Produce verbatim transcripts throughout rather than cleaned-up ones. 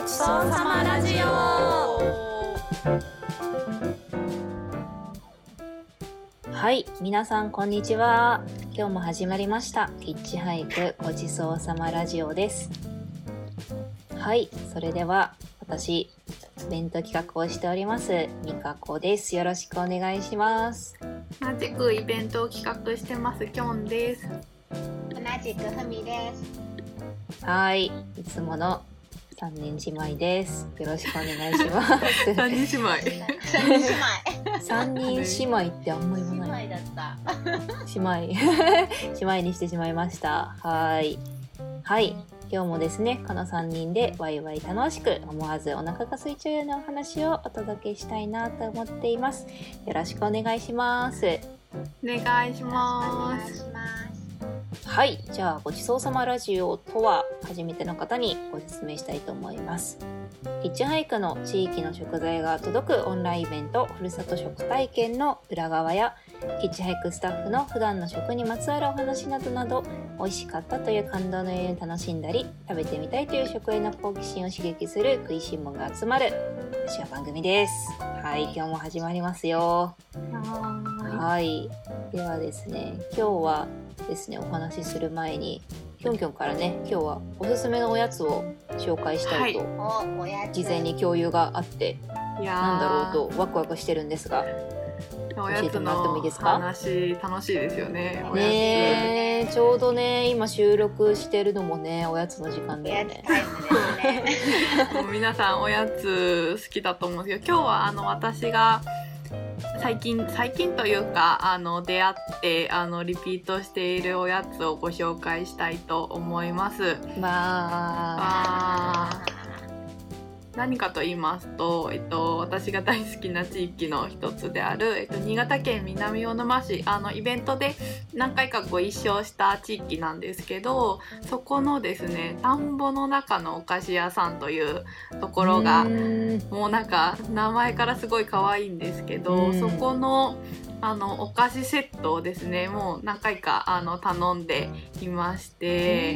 ごちそうさまラジオ。はい、皆さんこんにちは。今日も始まりましたヒッチハイクごちそうさまラジオです。はい、それでは私イベント企画をしておりますみかこです。よろしくお願いします。 同じくイベントを企画してますきょんです。 同じくふみです。 はい、いつものさんにん姉妹です。よろしくお願いしますさんにん姉妹さんにん姉妹ってあんまり言わない。 姉妹だった姉妹姉妹にしてしまいました。はいはい、今日もですねこのさんにんでワイワイ楽しく思わずお腹が空いちゃうようなお話をお届けしたいなと思っています。よろしくお願いします。 お願いしまお願いす。 しますはい、じゃあごちそうさまラジオとは初めての方にご説明したいと思います。ヒッチハイクの地域の食材が届くオンラインイベントふるさと食体験の裏側やヒッチハイクスタッフの普段の食にまつわるお話などなど、美味しかったという感動の余韻を楽しんだり食べてみたいという食への好奇心を刺激する食いしん坊が集まる私は番組です。はい、今日も始まりますよ。はい、ではですね今日はですねお話しする前にきょんきょんからね今日はおすすめのおやつを紹介したいと、 はい、おおやつ事前に共有があっていやなんだろうとワクワクしてるんですが、 おやつ教えてもらってもいいですか？ 話楽しいですよね。おやつねえ、ちょうどね今収録してるのもねおやつの時間おだよね。 やつタイムですねもう皆さんおやつ好きだと思うんですけど、今日はあの私が最近最近というかあの出会ってあのリピートしているおやつをご紹介したいと思います。 まああ何かと言いますと、えっと、私が大好きな地域の一つである、えっと、新潟県南魚沼市あのイベントで何回かご一緒した地域なんですけど、そこのですね田んぼの中のお菓子屋さんというところがもうなんか名前からすごい可愛いんですけど、そこのあのお菓子セットをですねもう何回かあの頼んでいまして、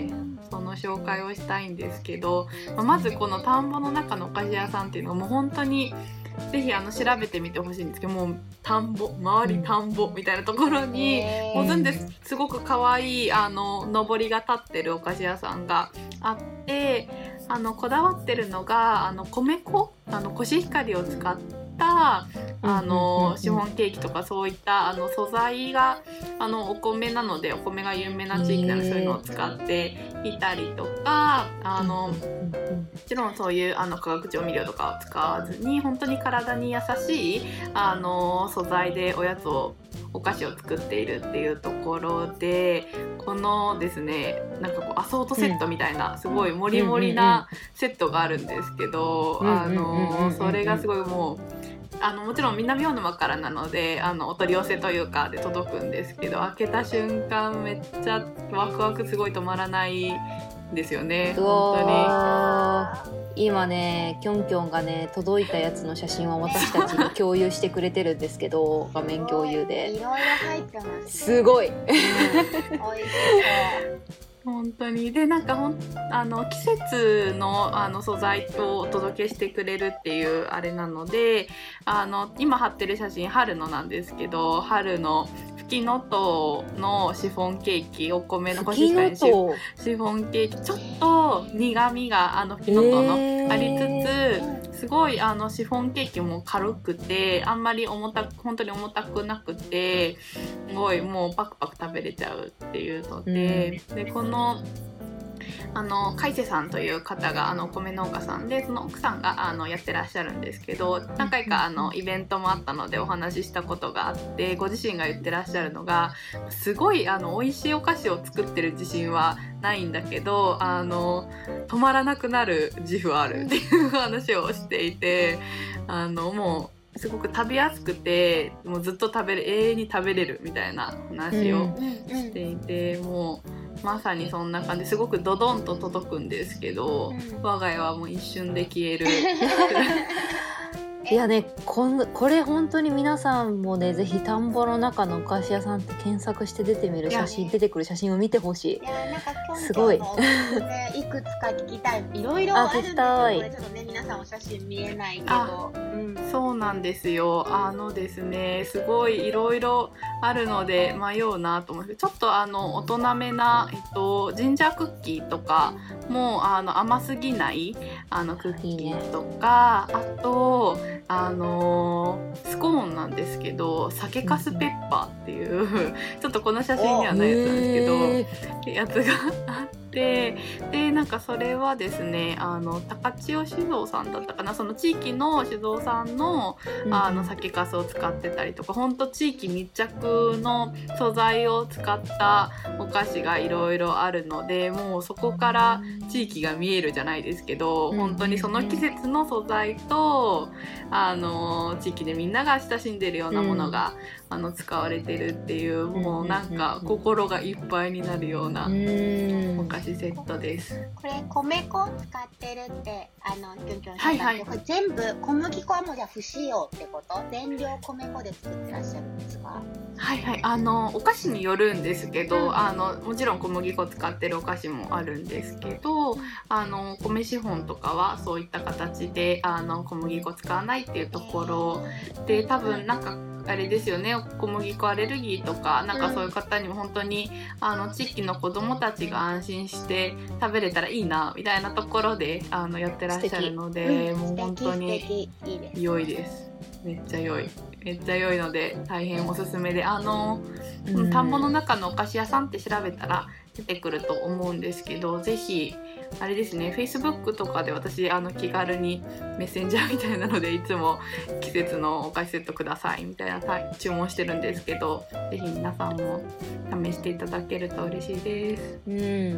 その紹介をしたいんですけど、まずこの田んぼの中のお菓子屋さんっていうのはもう本当にぜひあの調べてみてほしいんですけど、もう田んぼ周り田んぼみたいなところにもう全ですごく可愛いあののりが立ってるお菓子屋さんがあって、あのこだわってるのがあの米粉あのコシヒカリを使ってあのシフォンケーキとかそういったあの素材があのお米なので、お米が有名な地域なのでそういうのを使っていたりとか、あのもちろんそういうあの化学調味料とかを使わずに本当に体に優しいあの素材でおやつをお菓子を作っているっていうところで、このですねなんかこうアソートセットみたいなすごいモリモリなセットがあるんですけど、あのそれがすごいもうあのもちろん南魚沼からなのであのお取り寄せというかで届くんですけど、開けた瞬間めっちゃワクワクすごい止まらないんですよね。本当に今ねきょんきょんがね届いたやつの写真を私たちに共有してくれてるんですけど画面共有でいろいろ入ってます、ね、 すごい、 うん、美味しそう本当にでなんかほんあの季節のあの素材をお届けしてくれるっていうあれなので、あの今貼ってる写真春のなんですけど、春のふきのとうのシフォンケーキ、お米のコシヒカリのシフォンケーキ、ちょっと苦みがあのふきのとうのありつつ、すごいあのシフォンケーキも軽くてあんまり重たく本当に重たくなくて、すごいもうパクパク食べれちゃうっていうので、でこのあの海瀬さんという方があのお米農家さんで、その奥さんがあのやってらっしゃるんですけど、何回かあのイベントもあったのでお話ししたことがあって、ご自身が言ってらっしゃるのがすごいあの美味しいお菓子を作ってる自信はないんだけど、あの止まらなくなる自負あるっていう話をしていて、あのもうすごく食べやすくてもうずっと食べれ永遠に食べれるみたいな話をしていて、うん、もうまさにそんな感じですごくドドンと届くんですけど、うん、我が家はもう一瞬で消えるいやね、こんこれ本当に皆さんもね、ぜひ田んぼの中のお菓子屋さんって検索して出てみる写真、出てくる写真を見てほしい。 いやなんか今日すごいのおすすめいくつか聞きたい。いろいろあるんですけど、 あ聞きたいこれちょっとね皆さんお写真見えないけど、うん、 そうなんですよ。あのですね、すごいいろいろあるので迷うなと思って、ちょっとあの大人めな、えっと、ジンジャークッキーとかもうあの甘すぎないあのクッキーとか、いいね、あとあのスコーンなんですけど、酒かすペッパーっていうちょっとこの写真にはないやつなんですけど、やつがあって、でなんかそれはですね、あの高千代酒造さんだったかな、その地域の酒造さんのあの酒かすを使ってたりとか、ほんと地域密着の素材を使ったお菓子がいろいろあるので、もうそこから地域が見えるじゃないですけど、本当にその季節の素材とあの地域でみんなが親しんでるようなものが、うん、あの使われてるっていう、もうなんか心がいっぱいになるようなお菓子セットです。 これ米粉使ってるってあのキュンキュンさんが、 はいはい、 これ全部小麦粉はもうじゃあ不使用ってこと？全量米粉で作ってらっしゃるんですか？ はいはい、あのお菓子によるんですけど、うん、あのもちろん小麦粉使ってるお菓子もあるんですけど、あの米資本とかはそういった形であの小麦粉使わないっていうところで、多分なんかあれですよね、小麦粉アレルギーとかなんかそういう方にも本当にあの地域の子どもたちが安心して食べれたらいいなみたいなところであのやってらっしゃるので、うん、もう本当に良いです。めっちゃ良いめっちゃ良いので大変おすすめで、あの、うん、田んぼの中のお菓子屋さんって調べたら出てくると思うんですけど、ぜひあれですね、Facebook とかで私あの気軽にメッセンジャーみたいなのでいつも季節のお菓子セットくださいみたいな注文してるんですけど、ぜひ皆さんも試していただけると嬉しいです。 うん、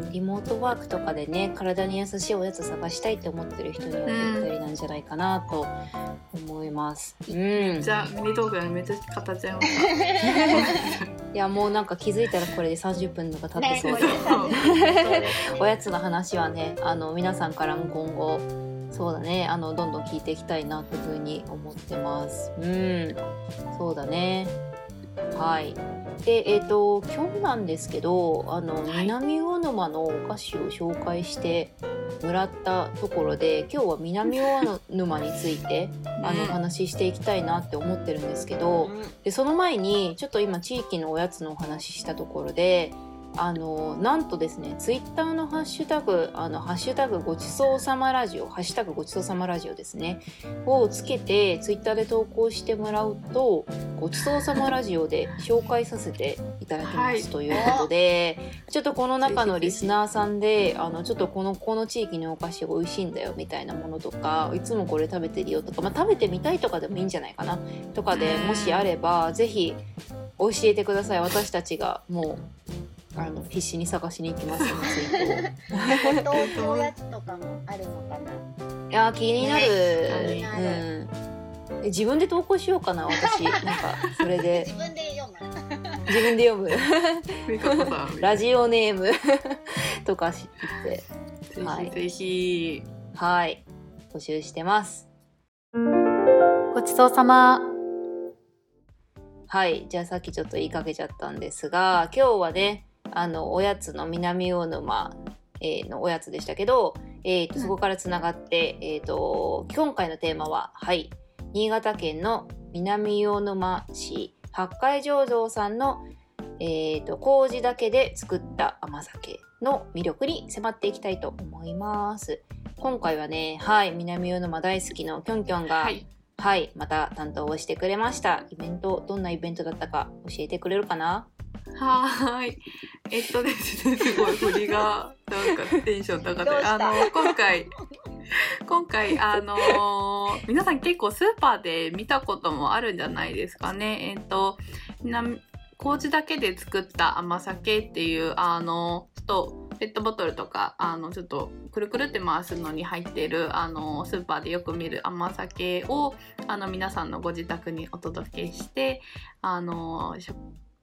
リモートワークとかでね、体に優しいおやつ探したいって思ってる人にはぴったりなんじゃないかなと思います。うん、 じゃあミニトークにめっちゃ語っちゃいましたいやもうなんか気づいたらこれでさんじゅっぷんとか経ってそうです、ね、おやつの話はね、あの皆さんからも今後そうだね、あのどんどん聞いていきたいなというふうに思ってます。うん、そうだね。はい。で、えっと今日なんですけど、あの南魚沼のお菓子を紹介してもらったところで、今日は南魚沼についてあのお話ししていきたいなって思ってるんですけど、でその前にちょっと今地域のおやつのお話ししたところで、あのなんとですね、ツイッターのハッシュタグ、あのハッシュタグごちそうさまラジオ、ハッシュタグごちそうさまラジオですねをつけてツイッターで投稿してもらうと、ごちそうさまラジオで紹介させていただきます、はい、ということで、ちょっとこの中のリスナーさんで、あのちょっとこのこの地域のお菓子美味しいんだよみたいなものとか、いつもこれ食べてるよとか、まあ、食べてみたいとかでもいいんじゃないかなとかで、もしあればぜひ教えてください。私たちがもうあの必死に探しに行きますので、 ご当地おやつとかもあるのかな。 いや気になる、 ね、 うん、自分で投稿しようかな私なんかそれで自分で読む自分で読むラジオネームとか知ってぜひぜひ、 はい、はい、募集してます。 ごちそうさま。 はい、じゃあさっきちょっと言いかけちゃったんですが、今日はね、あのおやつの南魚沼、えー、のおやつでしたけど、えー、とそこからつながって、うん、えー、と今回のテーマは、はい、新潟県の南魚沼市八海醸造さんの、えー、と麹だけで作った甘酒の魅力に迫っていきたいと思います。今回はね、はい、南魚沼大好きのキョンキョンが、はいはい、また担当をしてくれました。イベント、どんなイベントだったか教えてくれるかな？ はい。えっとですね、すごい振りがなんかテンション高くて、あの今回今回あのー、皆さん結構スーパーで見たこともあるんじゃないですかね。えっと麹だけで作った甘酒っていうあのちょっとペットボトルとかあのちょっとくるくるって回すのに入っているあのスーパーでよく見る甘酒をあの皆さんのご自宅にお届けして、あの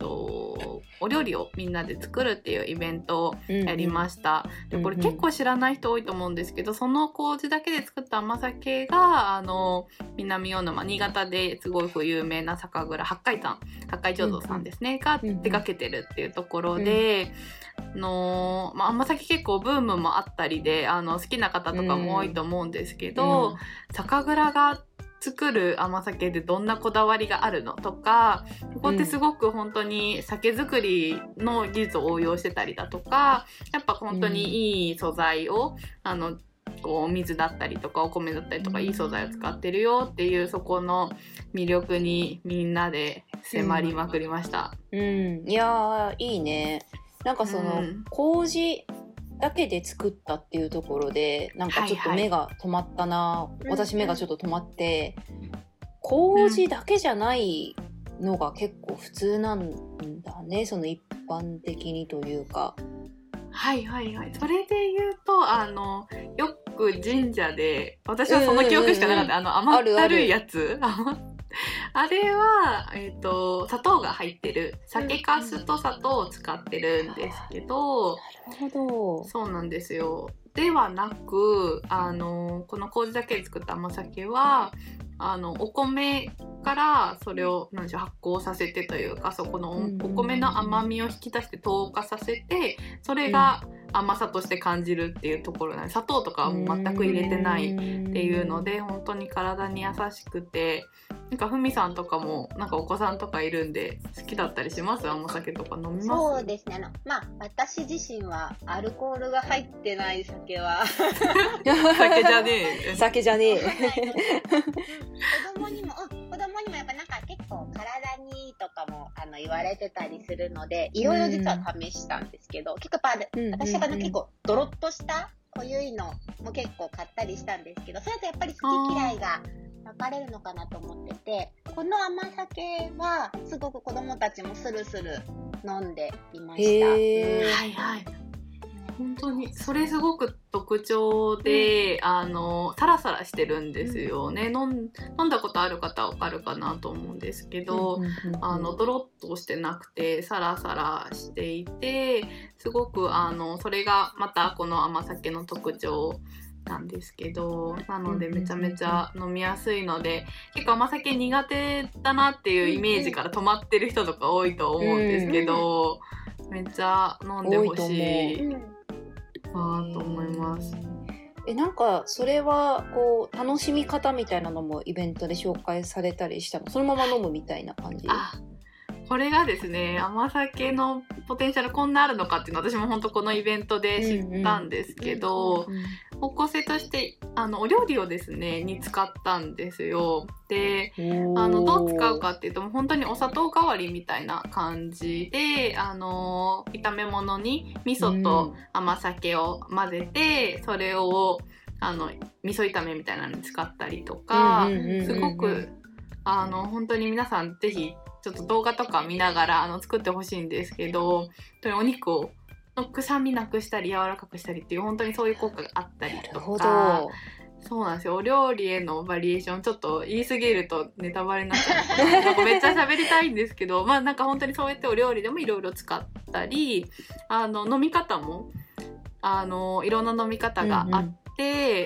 と、お料理をみんなで作るっていうイベントをやりました、うんうん、でこれ結構知らない人多いと思うんですけど、その麹だけで作った甘酒があの南魚沼新潟ですごく有名な酒蔵八海山八海醸造さんですね、うんうん、が手掛けてるっていうところで、うんのまあ、甘酒結構ブームもあったりであの好きな方とかも多いと思うんですけど、うん、酒蔵が作る甘酒でどんなこだわりがあるのとか、ここってすごく本当に酒造りの技術を応用してたりだとか、やっぱ本当にいい素材を、うん、あのこう水だったりとかお米だったりとかいい素材を使ってるよっていう、そこの魅力にみんなで迫りまくりました。 うん、うん、いやーいいね。なんかその、うん、麹だけで作ったっていうところでなんかちょっと目が止まったな、はいはい、私目がちょっと止まって、麹だけじゃないのが結構普通なんだね、うん、その一般的にというか。 はいはいはい。それで言うとあのよく神社で、私はその記憶しかなかった、うんうんうん、あの甘ったるいやつあれは、えーと、砂糖が入ってる酒粕と砂糖を使ってるんですけど、 なるほど。 そうなんですよ。ではなく、あのこの麹だけで作った甘酒はあのお米からそれを何でしょう発酵させてというか、そこの お,、うん、お米の甘みを引き出して糖化させて、それが甘さとして感じるっていうところなんで、砂糖とかはもう全く入れてないっていうので、本当に体に優しくて、なんかふみさんとかもなんかお子さんとかいるんで好きだったりします？甘酒とか飲みます？ そうですね、あのまあ私自身はアルコールが入ってない酒は酒じゃねえ酒じゃねえ子供にも、うん、子供にもやっぱなんか結構体にいいとかもあの言われてたりするので、いろいろ実は試したんですけど、結構やっぱ、うん、私は結構ドロッとした濃ゆいのも結構買ったりしたんですけど、それとやっぱり好き嫌いが分かれるのかなと思ってて、この甘酒はすごく子供たちもスルスル飲んでいました。 へー、はいはい、本当にそれすごく特徴で、うん、あのサラサラしてるんですよね、うん、飲ん、飲んだことある方は分かるかなと思うんですけど、うんうんうんうん、あのドロッとしてなくてサラサラしていて、すごくあのそれがまたこの甘酒の特徴なんですけど、なのでめちゃめちゃ飲みやすいので、結構甘酒苦手だなっていうイメージから止まってる人とか多いと思うんですけど、めっちゃ飲んでほしいなと思います。 え、なんかそれはこう楽しみ方みたいなのもイベントで紹介されたりしたの？そのまま飲むみたいな感じ？ あ、これがですね、甘酒のポテンシャルこんなあるのかっていうのを私も本当このイベントで知ったんですけど、うんうん、方向性としてあのお料理をですねに使ったんですよ。で、あのどう使うかっていうと本当にお砂糖代わりみたいな感じで、あの炒め物に味噌と甘酒を混ぜて、うん、それをあの味噌炒めみたいなのに使ったりとか、すごくあの本当に皆さんぜひちょっと動画とか見ながらあの作ってほしいんですけど、お肉をの臭みなくしたり柔らかくしたりっていう本当にそういう効果があったりとか、そうなんですよ。お料理へのバリエーションちょっと言い過ぎるとネタバレになっちゃうんですけどなんかめっちゃ喋りたいんですけどまあなんか本当にそうやってお料理でもいろいろ使ったり、あの飲み方もあのいろんな飲み方があって、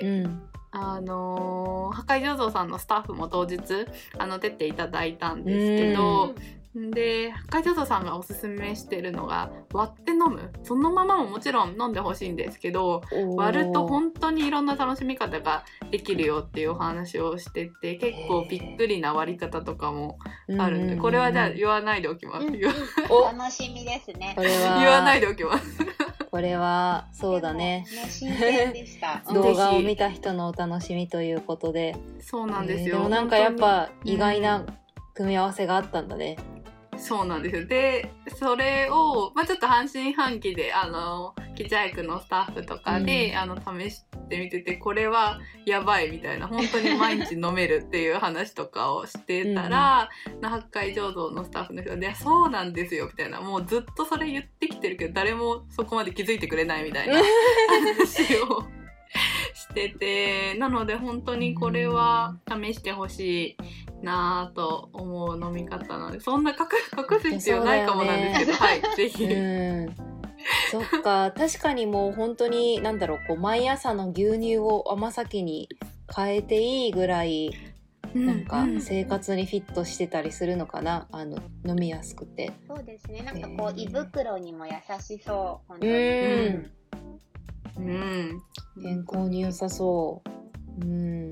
うんうんうんあのー、八海醸造さんのスタッフも当日あの出ていただいたんですけど、で八海醸造さんがおすすめしてるのが割って飲む、そのままももちろん飲んでほしいんですけど、割ると本当にいろんな楽しみ方ができるよっていうお話をしてて、結構びっくりな割り方とかもあるんで、これはじゃあ言わないでおきます、うん、 楽しみですね。 これは言わないでおきますこれはそうだね、 ね新鮮でした動画を見た人のお楽しみということで。 そうなんですよ、 えー、でもなんかやっぱ意外な組み合わせがあったんだね、 うん、そうなんですよ。でそれを、まあ、ちょっと半信半疑であのキチャイクのスタッフとかで、うん、あの試してみてて、これはやばいみたいな、本当に毎日飲めるっていう話とかをしてたら、うん、八海醸造のスタッフの人でそうなんですよみたいな、もうずっとそれ言ってきてるけど誰もそこまで気づいてくれないみたいな話をししてて、なので本当にこれは試してほしいなと思う飲み方なので、そんな隠隠す必要ないかもなんですけど、はいぜひ。 うんそっか、確かにもう本当になんだろう、こう毎朝の牛乳を甘酒に変えていいぐらいなんか生活にフィットしてたりするのかな、あの飲みやすくて。 そうですね、なんかこう胃袋にも優しそう、本当に。 うんうん、 健康に良さそう。うん。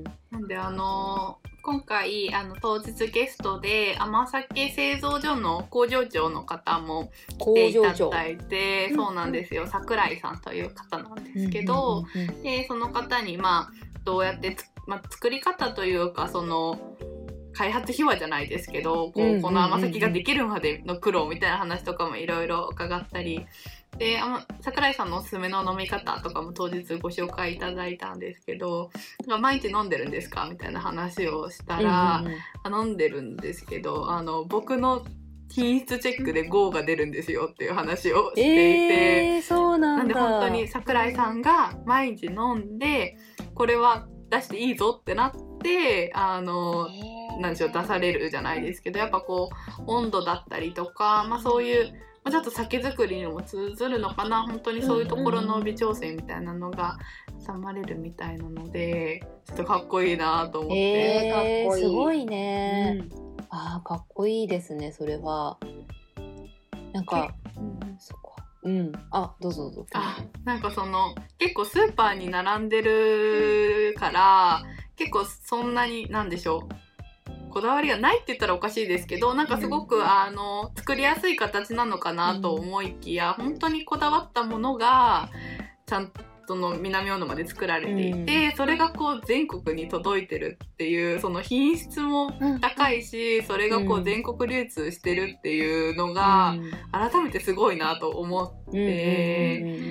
なんであのー、今回あの当日ゲストで甘酒製造所の工場長の方も来ていただいて、そうなんですよ、桜井さんという方なんですけど、うんうんうんうん、でその方にまあどうやってつ、まあ、作り方というかその開発秘話じゃないですけど、こう、うんうんうんうん、この甘酒ができるまでの苦労みたいな話とかもいろいろ伺ったりで、桜井さんのおすすめの飲み方とかも当日ご紹介いただいたんですけど、毎日飲んでるんですかみたいな話をしたら、うんうんうん、あ飲んでるんですけど、あの僕の品質チェックで ゴー が出るんですよっていう話をしていて、 えー、そうなんだ。 なんで本当に桜井さんが毎日飲んでこれは出していいぞってなってあのなんでしょう出されるじゃないですけど、やっぱこう温度だったりとか、まあ、そういうちょっと酒造りにも通ずるのかな、本当にそういうところの微調整みたいなのが挟まれるみたいなので、ちょっとかっこいいなと思って、 えー、かっこいい、すごいね、 うん、 あーかっこいいですね。それはなんか、うん、そっか、うん、あどうぞどうぞ。 あなんかその結構スーパーに並んでるから結構そんなになんでしょうこだわりがないって言ったらおかしいですけど、なんかすごくあの作りやすい形なのかなと思いきや、本当にこだわったものがちゃんとの南大沼で作られていて、それがこう全国に届いてるっていうその品質も高いし、それがこう全国流通してるっていうのが改めてすごいなと思って、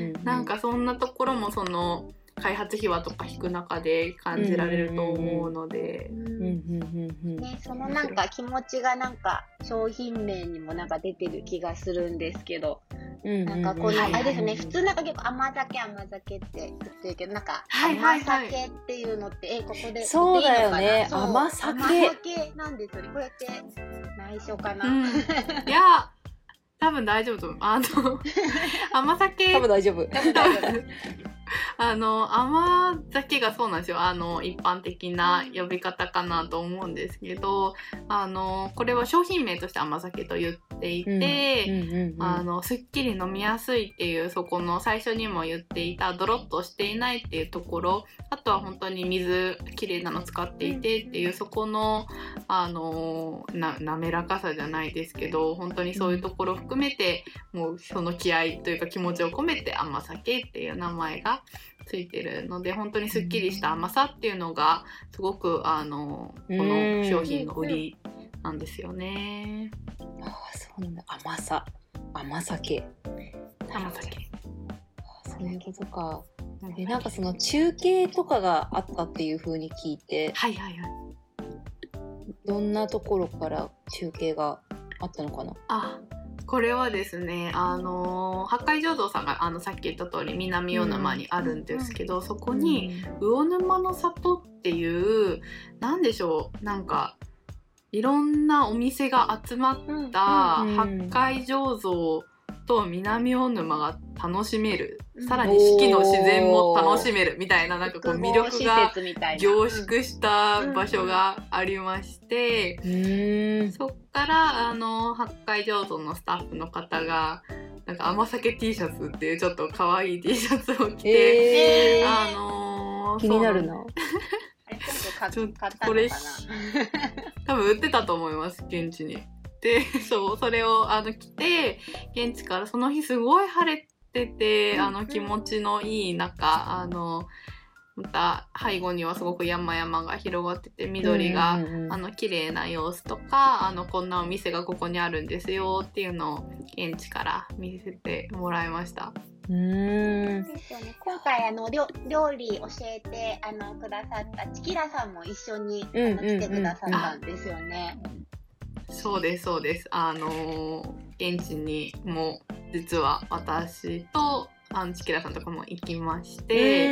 なんかそんなところもその開発費はとか引く中で感じられると思うので、 そのなんか気持ちがなんか商品名にもなんか出てる気がするんですけど、なんかこのあれですね、普通なんか結構甘酒甘酒って言ってるけど、なんか甘酒っていうのってえここでそうだよね、甘酒甘酒なんですよね。これって内緒かな、うん、いや多分大丈夫と思う。あの甘酒多分大丈夫多分大丈夫あの甘酒がそうなんですよ。あの一般的な呼び方かなと思うんですけど、あのこれは商品名として甘酒と言っていて、うんうんうんうん、あのすっきり飲みやすいっていうそこの最初にも言っていたドロッとしていないっていうところ、あとは本当に水きれいなの使っていてっていうそこのあのな滑らかさじゃないですけど、本当にそういうところを含めてもうその気合というか気持ちを込めて甘酒っていう名前がついてるので、本当にすっきりした甘さっていうのがすごくあのこの商品の売りなんですよね。 ああそうなんだ、甘さ甘酒甘酒そういうことか。えなんかその中継とかがあったっていう風に聞いて、 はいはいはい、 どんなところから中継があったのかな。 あこれはですね、あの八海醸造さんがあのさっき言った通り南大沼にあるんですけど、うん、そこに魚沼の里っていうなんでしょう、なんかいろんなお店が集まった八海醸造と南大沼が楽しめる、さらに四季の自然も楽しめるみたいな、なんかこう魅力が凝縮した場所がありまして、うん、そっからあの八海醸造のスタッフの方がなんか甘酒 T シャツっていうちょっと可愛い T シャツを着て、 えー、 あのー、 気になるな。 ちょっとこれ多分売ってたと思います現地に。でそうそれをあの着て現地からその日すごい晴れてて、あの気持ちのいい中、あのまた背後にはすごく山々が広がってて緑が、うんうんうん、あの綺麗な様子とか、あのこんなお店がここにあるんですよっていうのを現地から見せてもらいました。 うーんですよね、今回あの料理教えてあのくださったチキラさんも一緒に、うんうんうん、あの来てくださったんですよね。 そうですそうです。あの現地にも実は私とあのチキラさんとかも行きまして、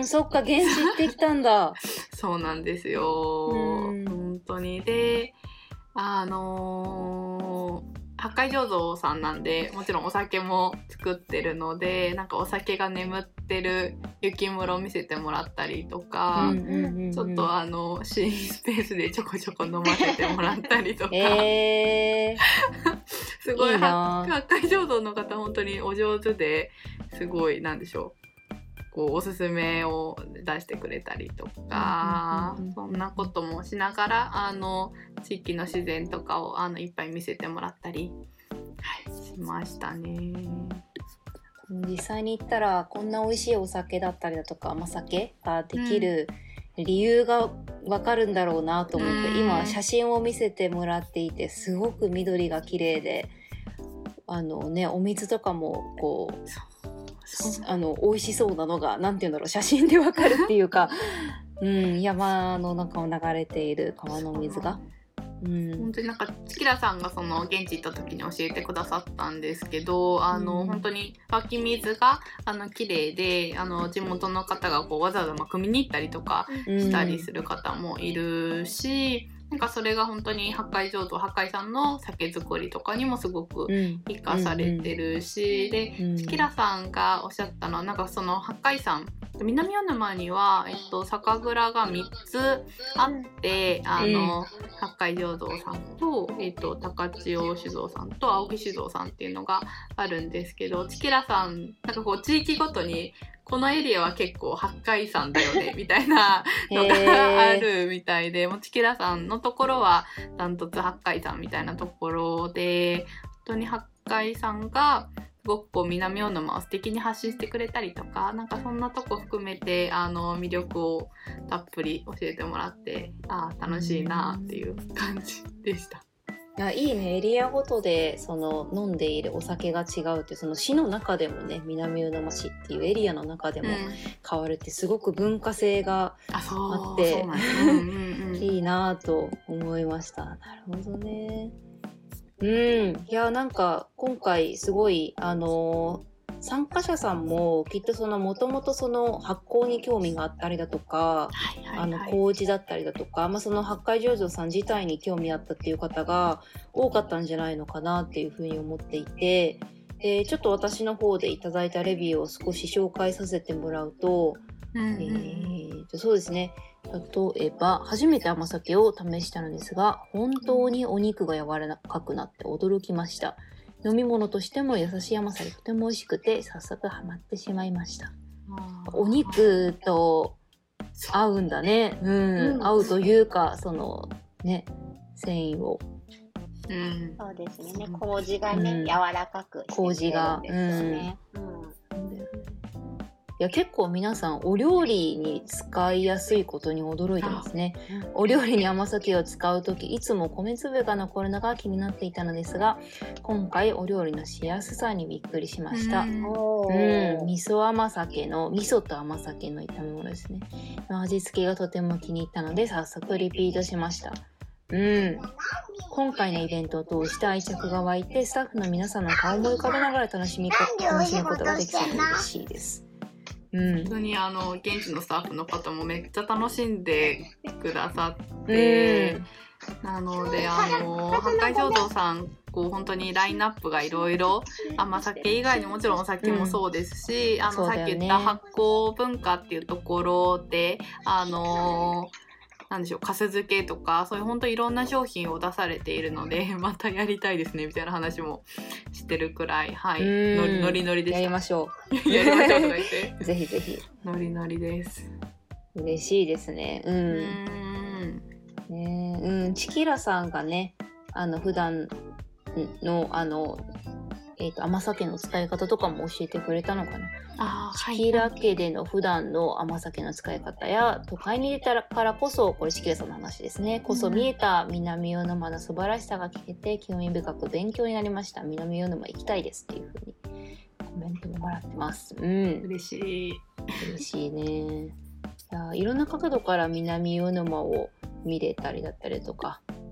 ん、そっか、現地行ってきたんだ。 そうなんですよ。本当に。で、あのー、八海醸造さんなんで、もちろんお酒も作ってるので、なんかお酒が眠ってる雪室を見せてもらったりとか、うんうんうんうん、ちょっとあの試飲スペースでちょこちょこ飲ませてもらったりとか、えー、すごい、いいな。八海醸造の方本当にお上手で、すごいなんでしょう、こうおすすめを出してくれたりとか、うんうんうんうん、そんなこともしながら、あの地域の自然とかをあのいっぱい見せてもらったり、はい、しましたね。 実際に行ったらこんな美味しいお酒だったりだとか甘酒ができる理由がわかるんだろうなと思って、うん、今写真を見せてもらっていて、すごく緑が綺麗で、あのね、お水とかもこうあの美味しそうなのが、なんていうんだろう、写真でわかるっていうかうん、山の中を流れている川の水が、うん、 本当になんかチキラさんがその現地行った時に教えてくださったんですけど、あの、うん、本当に湧き水があの綺麗で、あの地元の方がこうわざわざまあ汲みに行ったりとかしたりする方もいるし、うん、なんかそれが本当に八海醸造、八海産の酒造りとかにもすごく生かされてるし、うんうんうん、でチキラさんがおっしゃったのは、なんかその八海産南魚沼には、えっと、酒蔵がみっつあって、あの、うん、八海醸造さんと、えっと、高千代酒造さんと青木酒造さんっていうのがあるんですけど、チキラさん、なんかこう地域ごとにこのエリアは結構八海山だよねみたいなのがあるみたいで、もうチキラさんのところはダントツ八海山みたいなところで、本当に八海山がすごくこう南魚沼を素敵に発信してくれたりとか、なんかそんなとこ含めてあの魅力をたっぷり教えてもらって、あー楽しいなっていう感じでした。 いや、いいね。エリアごとでその飲んでいるお酒が違うって、その市の中でもね、南魚沼市っていうエリアの中でも変わるって、すごく文化性があって、うん、いいなと思いました。なるほどね。うん、いや、なんか今回すごいあのー参加者さんもきっとそのもともとその発酵に興味があったりだとか、はいはいはい、あの麹だったりだとか、まあ、その八海醸造さん自体に興味あったっていう方が多かったんじゃないのかなっていうふうに思っていて、でちょっと私の方でいただいたレビューを少し紹介させてもらうと、うんうん、えーとそうですね、例えば初めて甘酒を試したのですが、本当にお肉が柔らかくなって驚きました。飲み物としても優しい甘さでとても美味しくて、早速ハマってしまいました。お肉と合うんだね。うん、うん、合うというか、そのね、繊維を。 うん、そうですね。麹がね、うん、柔らかくしてくれるんですよね。麹が、うんうんいや、結構皆さんお料理に使いやすいことに驚いてますね。お料理に甘酒を使うとき、いつも米粒が残るのが気になっていたのですが、今回お料理のしやすさにびっくりしました。うん、うん、味噌甘酒の味噌と甘酒の炒め物ですね。味付けがとても気に入ったので早速リピートしました。うん、今回のイベントを通して愛着が湧いて、スタッフの皆さんの顔を思い浮かべながら楽しみ楽しむことができて嬉しいです。 うん、本当にあの現地のスタッフの方もめっちゃ楽しんでくださって、うん、なのであの八海醸造さんこう本当にラインナップがいろいろ、甘酒以外にもちろんお酒もそうですし、うん、あのさっき言った発酵文化っていうところであのなんでしょう、粕漬けとかそういう本当いろんな商品を出されているので、またやりたいですねみたいな話もしてるくらい、はい、ノリノリノリでした。 やりましょうやりましょうとか言ってぜひぜひノリノリです。 嬉しいですね。うん、うん、ね、うん、チキラさんがね、あの普段のあのえーと、甘酒の使い方とかも教えてくれたのかな。あ、チキラ家での普段の甘酒の使い方や、都会に出たからこそ、これチキラさんの話ですね、こそ見えた南魚沼の素晴らしさが聞けて興味深く勉強になりました。南魚沼行きたいですっていう風にコメントももらってます。うん、 嬉しい嬉しいね。いや、いろんな角度から南魚沼を見れたりだったりとか、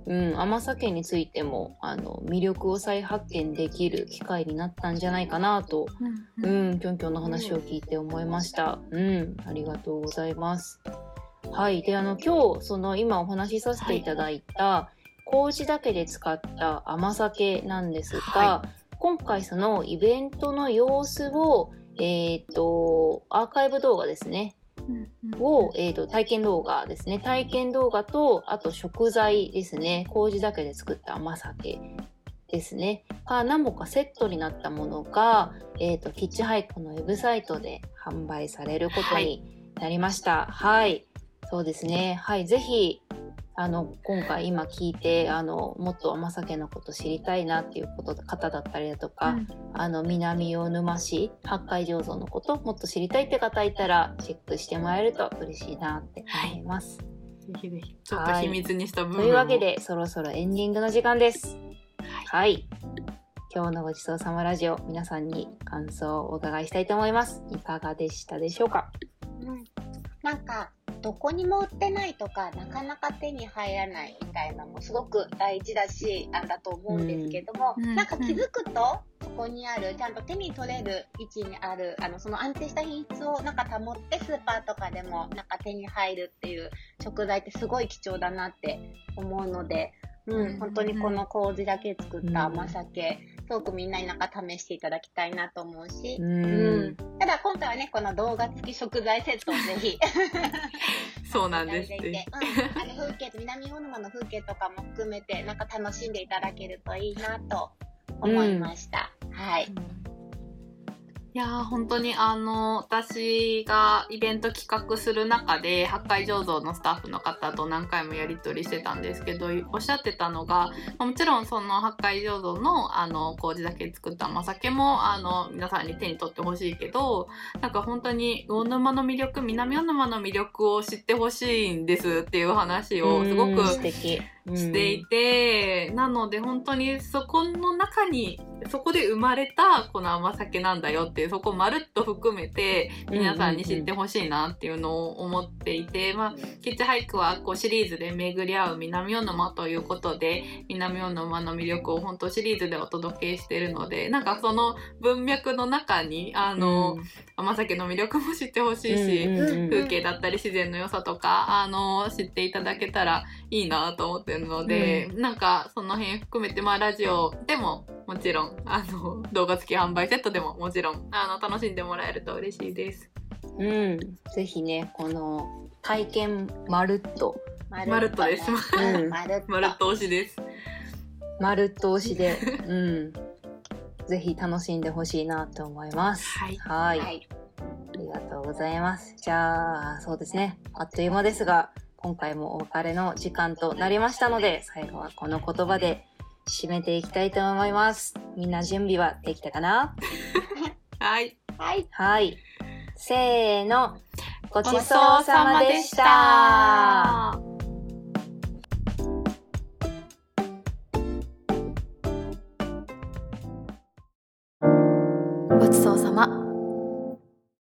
うん、甘酒についてもあの魅力を再発見できる機会になったんじゃないかなと、うん、うん、ぴょんぴょんの話を聞いて思いました。うん、ありがとうございます。はい、であの今日その今お話しさせていただいた、はい、麹だけで使った甘酒なんですが、はい、今回そのイベントの様子を、えーと、アーカイブ動画ですね、を、えーと、体験動画ですね体験動画とあと食材ですね麹だけで作った甘酒ですねが何本かセットになったものが、えーと、キッチハイクのウェブサイトで販売されることになりました。はい、はい、そうですね。はい、ぜひあの今回今聞いてあのもっと甘酒のこと知りたいなっていうこと方だったりだとか、うん、あの南魚沼市八海醸造のこともっと知りたいって方いたらチェックしてもらえると嬉しいなって思います。はい、 ぜひぜひちょっと秘密にした部分を、 というわけでそろそろエンディングの時間です。はい、はい、今日のごちそうさまラジオ皆さんに感想をお伺いしたいと思います。いかがでしたでしょうか？ うん、なんかどこにも売ってないとかなかなか手に入らないみたいなのもすごく大事だしあんだと思うんですけども、うん、なんか気づくとそこにあるちゃんと手に取れる位置にあるあのその安定した品質をなんか保ってスーパーとかでもなんか手に入るっていう食材ってすごい貴重だなって思うので、うん、本当にこの麹だけ作った甘酒、うん、すごくみんなになんか試していただきたいなと思うし、うんうん、ただ今回はねこの動画付き食材セットをぜひそうなんですね、 うん、あの風景南魚沼の風景とかも含めてなんか楽しんでいただけるといいなと思いました、うん、はい。 いやー本当にあの私がイベント企画する中で八海醸造のスタッフの方と何回もやり取りしてたんですけどおっしゃってたのがもちろんその八海醸造のあの麹だけ作った甘酒もあの皆さんに手に取ってほしいけどなんか本当に魚沼の魅力南魚沼の魅力を知ってほしいんですっていう話をすごくしていてなので本当にそこの中にそこで生まれたこの甘酒なんだよっていうそこをまるっと含めて皆さんに知ってほしいなっていうのを思っていて、まあ、キッチハイクはこうシリーズで巡り合う南魚沼ということで南魚沼の魅力を本当シリーズでお届けしているのでなんかその文脈の中にあの、うん、甘酒の魅力も知ってほしいし、うんうんうん、風景だったり自然の良さとかあの知っていただけたらいいなと思ってるので、うん、なんかその辺含めて、まあ、ラジオでももちろんあの動画付き販売セットでももちろんあの楽しんでもらえると嬉しいです。 うん、ぜひねこの体験まるっとまるっとです。うん、まるっと推しです。 まるっと推しで、うん、ぜひ楽しんでほしいなと思います。はい、はい、はい、ありがとうございます。じゃあそうですねあっという間ですが今回もお別れの時間となりましたので最後はこの言葉で締めていきたいと思います。みんな準備はできたかな？ はい。 はい。 はい。せーの。ごちそうさまでした。